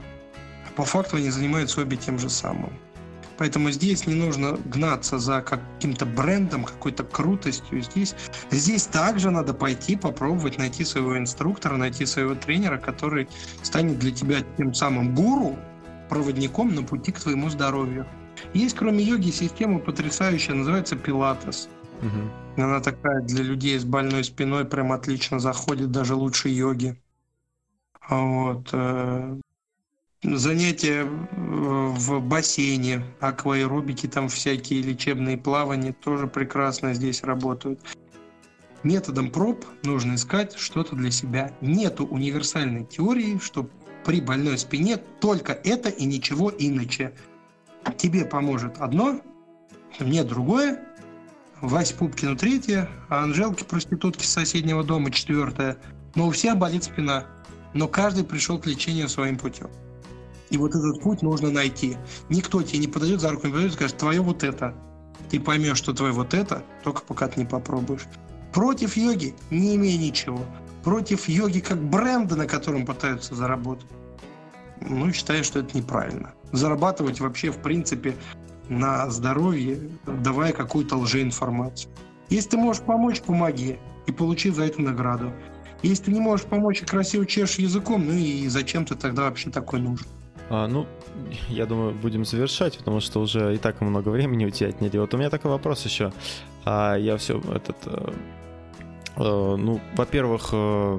S3: А по факту они занимаются обе тем же самым. Поэтому здесь не нужно гнаться за каким-то брендом, какой-то крутостью. Здесь также надо пойти, попробовать найти своего инструктора, найти своего тренера, который станет для тебя тем самым гуру, проводником на пути к твоему здоровью. Есть, кроме йоги, система потрясающая, называется пилатес. Она такая для людей с больной спиной прям отлично заходит, даже лучше йоги. Вот. Занятия в бассейне, акваэробики, там всякие лечебные плавания тоже прекрасно здесь работают. Методом проб нужно искать что-то для себя. Нету универсальной теории, что при больной спине только это и ничего иначе. Тебе поможет одно, мне другое, Вась Пупкину третье, а Анжелке проститутки с соседнего дома четвертое. Но у всех болит спина, но каждый пришел к лечению своим путем. И вот этот путь нужно найти. Никто тебе не подойдет за руку, не подойдет и скажет: твое вот это. Ты поймешь, что твое вот это, только пока ты не попробуешь. Против йоги не имея ничего. Против йоги как бренда, на котором пытаются заработать. Считаю, что это неправильно. Зарабатывать вообще, в принципе, на здоровье, давая какую-то лжеинформацию. Если ты можешь помочь, помоги и получи за это награду. Если ты не можешь помочь и красиво чешешь языком, и зачем ты тогда вообще такой нужен?
S1: Я думаю, будем завершать, потому что уже и так много времени у тебя отняли. Вот у меня такой вопрос еще. Я все во-первых,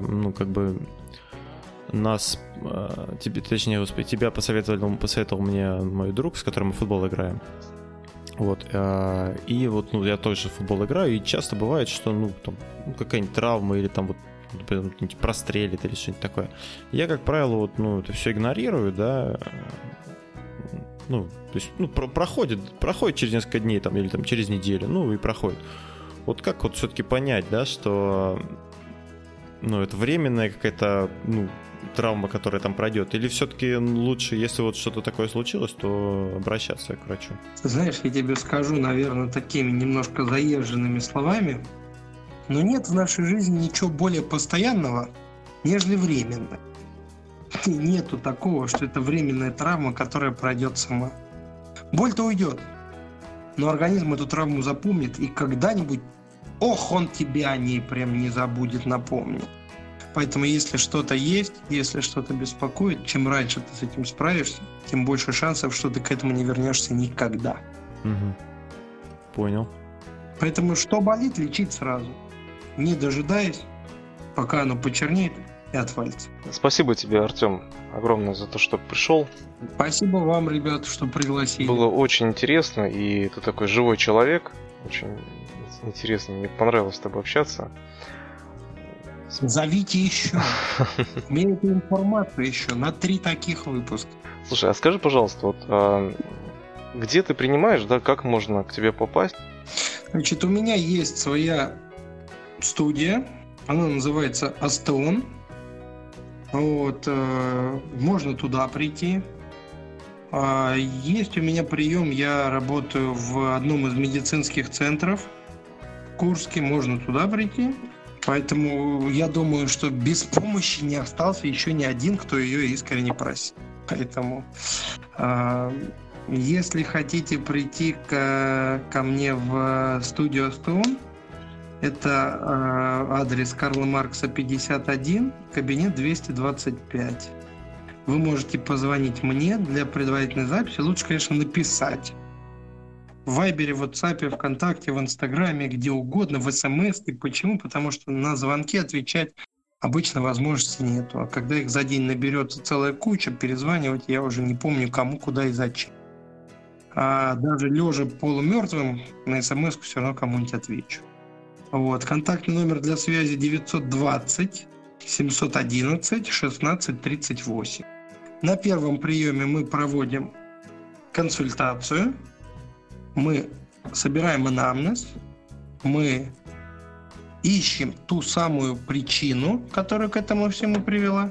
S1: нас, тебя посоветовал мне мой друг, с которым мы в футбол играем. Вот. И вот, я тоже в футбол играю, и часто бывает, что, какая-нибудь травма или там вот прострелит или что-нибудь такое. Я, как правило, это все игнорирую, да. То есть, проходит через несколько дней там, или там через неделю, и проходит. Вот как вот все-таки понять, да, что это временная какая-то, травма, которая там пройдет? Или все-таки лучше, если вот что-то такое случилось, то обращаться к врачу?
S3: Знаешь, я тебе скажу, наверное, такими немножко заезженными словами, но нет в нашей жизни ничего более постоянного, нежели временное. Нету такого, что это временная травма, которая пройдет сама. Боль-то уйдет, но организм эту травму запомнит, и когда-нибудь, он тебе о ней прям не забудет, напомнит. Поэтому если что-то есть, если что-то беспокоит, чем раньше ты с этим справишься, тем больше шансов, что ты к этому не вернешься никогда.
S1: Угу. Понял.
S3: Поэтому что болит, лечить сразу, не дожидаясь, пока оно почернеет и отвалится.
S2: Спасибо тебе, Артем, огромное за то, что пришел.
S3: Спасибо вам, ребята, что пригласили.
S2: Было очень интересно, и ты такой живой человек. Очень интересно, мне понравилось с тобой общаться.
S3: Зовите еще. Мне эту информацию еще на 3 таких выпуска.
S2: Слушай, а скажи, пожалуйста, вот где ты принимаешь, да, как можно к тебе попасть?
S3: Значит, у меня есть своя студия, она называется Остеон. Вот, можно туда прийти. Есть у меня прием, я работаю в одном из медицинских центров в Курске, можно туда прийти. Поэтому я думаю, что без помощи не остался еще ни один, кто ее искренне просит. Поэтому, если хотите прийти ко мне в студию Остеон, это адрес Карла Маркса 51, кабинет 225. Вы можете позвонить мне для предварительной записи. Лучше, конечно, написать. В Вайбере, в WhatsApp, ВКонтакте, в Инстаграме, где угодно, в СМС. И почему? Потому что на звонки отвечать обычно возможности нету. А когда их за день наберется целая куча, перезванивать я уже не помню кому, куда и зачем. А даже лежа полумертвым на СМС все равно кому-нибудь отвечу. Вот. Контактный номер для связи 920 711 16 38. На первом приеме мы проводим консультацию, мы собираем анамнез, мы ищем ту самую причину, которая к этому всему привела,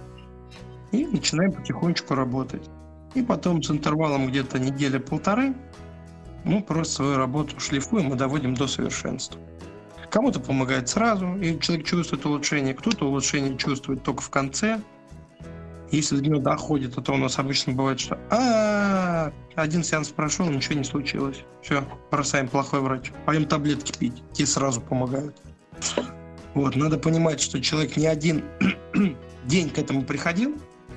S3: и начинаем потихонечку работать. И потом с интервалом где-то недели-полторы мы просто свою работу шлифуем и доводим до совершенства. Кому-то помогает сразу, и человек чувствует улучшение, кто-то улучшение чувствует только в конце. Если до него доходит, то у нас обычно бывает, что один сеанс прошел, ничего не случилось. Все, бросаем плохой врач. Пойдем таблетки пить, те сразу помогают. Вот, надо понимать, что человек не один день к этому приходил,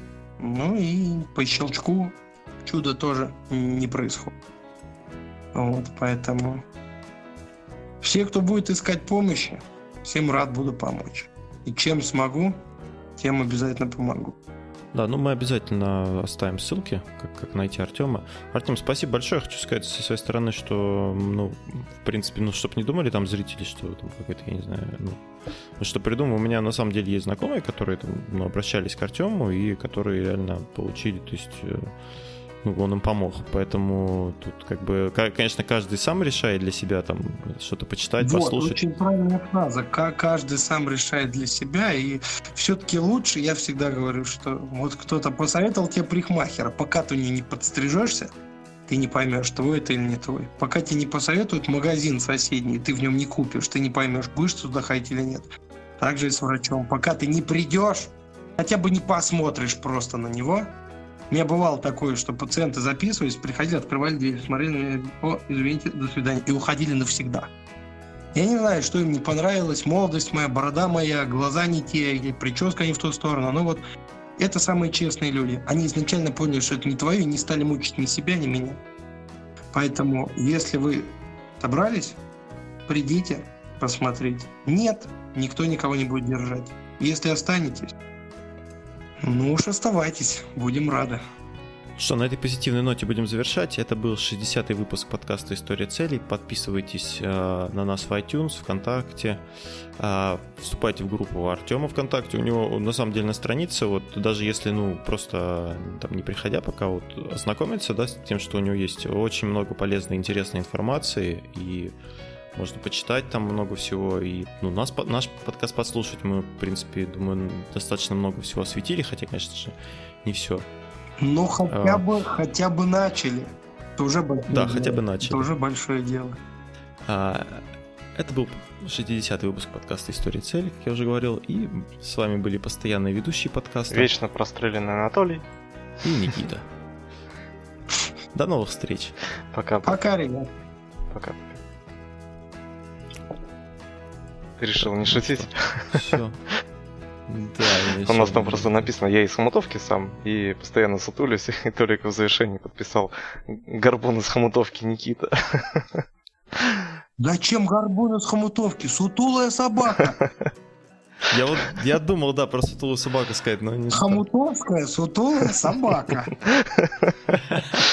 S3: и по щелчку чудо тоже не происходит. Вот, поэтому все, кто будет искать помощи, всем рад буду помочь. И чем смогу, тем обязательно помогу.
S1: Да, мы обязательно оставим ссылки, как найти Артема. Артем, спасибо большое. Хочу сказать со своей стороны, что, в принципе, чтобы не думали там зрители, что там какой-то, я не знаю, что придумал. У меня на самом деле есть знакомые, которые обращались к Артему и которые реально получили, то есть он им помог. Поэтому тут конечно, каждый сам решает для себя там что-то почитать, послушать.
S3: Очень правильная фраза. Каждый сам решает для себя. И все-таки лучше, я всегда говорю, что вот кто-то посоветовал тебе парикмахера, пока ты не подстрижешься, ты не поймешь, твой это или не твой. Пока тебе не посоветуют магазин соседний, ты в нем не купишь, ты не поймешь, будешь туда ходить или нет. Так же и с врачом. Пока ты не придешь, хотя бы не посмотришь просто на него. У меня бывало такое, что пациенты записывались, приходили, открывали дверь, смотрели на меня, извините, до свидания, и уходили навсегда. Я не знаю, что им не понравилось, молодость моя, борода моя, глаза не те, или прическа не в ту сторону, но вот это самые честные люди. Они изначально поняли, что это не твое, и не стали мучить ни себя, ни меня. Поэтому, если вы собрались, придите, посмотрите. Нет, никто никого не будет держать. Если останетесь, уж оставайтесь, будем рады.
S1: Что, на этой позитивной ноте будем завершать. Это был 60-й выпуск подкаста «История целей». Подписывайтесь на нас в iTunes, ВКонтакте. Вступайте в группу Артема ВКонтакте. У него, на самом деле, на странице, даже если, просто там не приходя, пока ознакомиться, с тем, что у него есть очень много полезной, интересной информации. И можно почитать там много всего, и наш подкаст послушать. Мы, в принципе, думаю, достаточно много всего осветили, хотя, конечно же, не все.
S3: Ну, хотя бы начали. Это уже большое дело.
S1: Хотя бы начали.
S3: Это уже большое дело.
S1: Это был 60-й выпуск подкаста «История цели», как я уже говорил, и с вами были постоянные ведущие подкаста.
S2: Вечно простреленный Анатолий.
S1: И Никита. До новых встреч.
S2: Пока.
S3: Пока, ребят.
S2: Пока. Ты решил не шутить?
S1: Все. Да,
S2: у нас там просто написано, я из хомутовки сам, и постоянно сутулюсь, и только в завершении подписал горбун из хомутовки Никита.
S3: Зачем горбун из хомутовки? Сутулая собака.
S1: Я думал, да, про сутулую собаку сказать, но не
S3: Хомутовская сутулая собака.